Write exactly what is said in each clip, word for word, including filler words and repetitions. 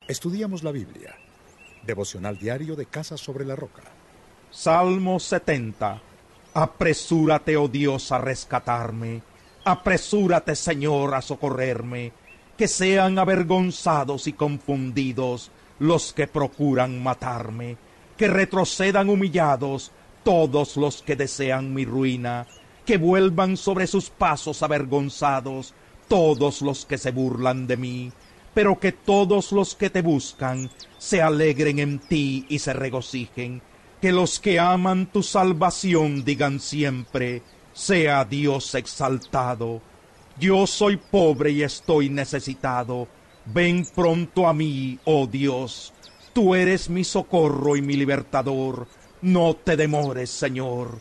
Estudiamos la Biblia. Devocional diario de Casa sobre la Roca. Salmo setenta. Apresúrate, oh Dios, a rescatarme. Apresúrate, Señor, a socorrerme. Que sean avergonzados y confundidos los que procuran matarme. Que retrocedan humillados todos los que desean mi ruina. Que vuelvan sobre sus pasos avergonzados todos los que se burlan de mí. Pero que todos los que te buscan se alegren en ti y se regocijen. Que los que aman tu salvación digan siempre, sea Dios exaltado. Yo soy pobre y estoy necesitado. Ven pronto a mí, oh Dios. Tú eres mi socorro y mi libertador. No te demores, Señor.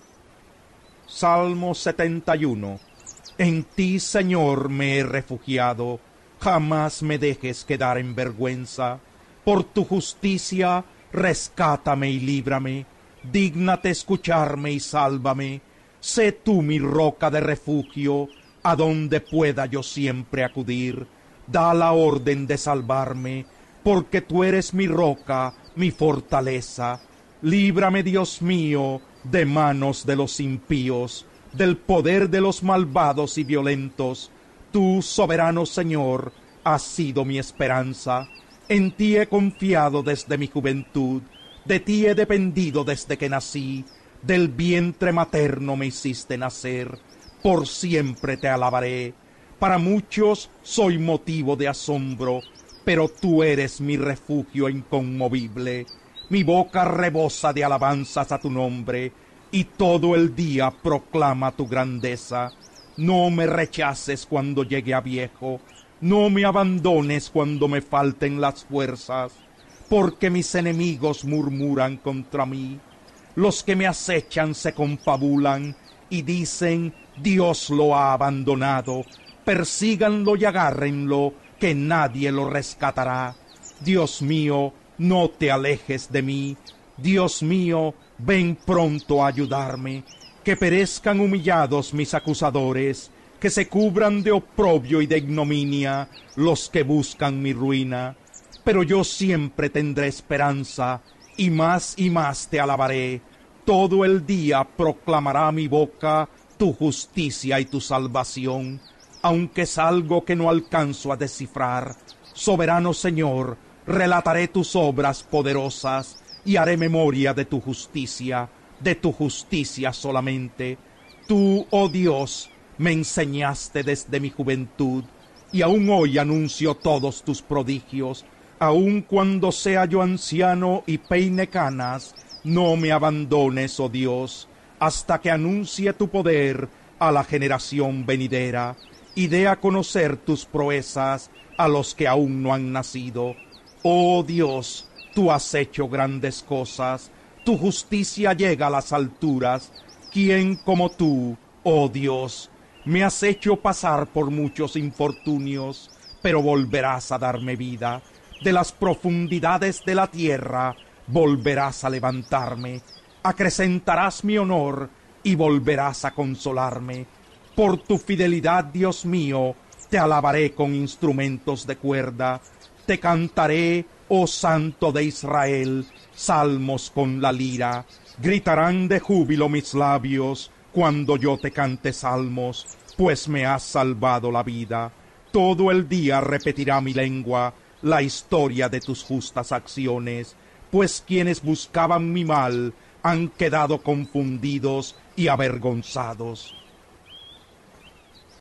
Salmo setenta y uno. En ti, Señor, me he refugiado. Jamás me dejes quedar en vergüenza. Por tu justicia, rescátame y líbrame. Dígnate escucharme y sálvame. Sé tú mi roca de refugio, a donde pueda yo siempre acudir. Da la orden de salvarme, porque tú eres mi roca, mi fortaleza. Líbrame, Dios mío, de manos de los impíos, del poder de los malvados y violentos. Tú, soberano Señor, has sido mi esperanza. En ti he confiado desde mi juventud. De ti he dependido desde que nací. Del vientre materno me hiciste nacer. Por siempre te alabaré. Para muchos soy motivo de asombro, pero tú eres mi refugio inconmovible. Mi boca rebosa de alabanzas a tu nombre, y todo el día proclama tu grandeza. No me rechaces cuando llegue a viejo, no me abandones cuando me falten las fuerzas, porque mis enemigos murmuran contra mí. Los que me acechan se confabulan y dicen, Dios lo ha abandonado. Persíganlo y agárrenlo, que nadie lo rescatará. Dios mío, no te alejes de mí. Dios mío, ven pronto a ayudarme. Que perezcan humillados mis acusadores, que se cubran de oprobio y de ignominia los que buscan mi ruina. Pero yo siempre tendré esperanza, y más y más te alabaré. Todo el día proclamará mi boca tu justicia y tu salvación, aunque es algo que no alcanzo a descifrar. Soberano Señor, relataré tus obras poderosas, y haré memoria de tu justicia, de tu justicia solamente. Tú, oh Dios, me enseñaste desde mi juventud, y aún hoy anuncio todos tus prodigios. Aun cuando sea yo anciano y peine canas, no me abandones, oh Dios, hasta que anuncie tu poder a la generación venidera, y dé a conocer tus proezas a los que aún no han nacido. Oh Dios, tú has hecho grandes cosas, tu justicia llega a las alturas. ¿Quién como tú, oh Dios? Me has hecho pasar por muchos infortunios, pero volverás a darme vida. De las profundidades de la tierra volverás a levantarme. Acrecentarás mi honor y volverás a consolarme. Por tu fidelidad, Dios mío, te alabaré con instrumentos de cuerda. Te cantaré, oh Santo de Israel, salmos con la lira. Gritarán de júbilo mis labios cuando yo te cante salmos, pues me has salvado la vida. Todo el día repetirá mi lengua la historia de tus justas acciones, pues quienes buscaban mi mal han quedado confundidos y avergonzados.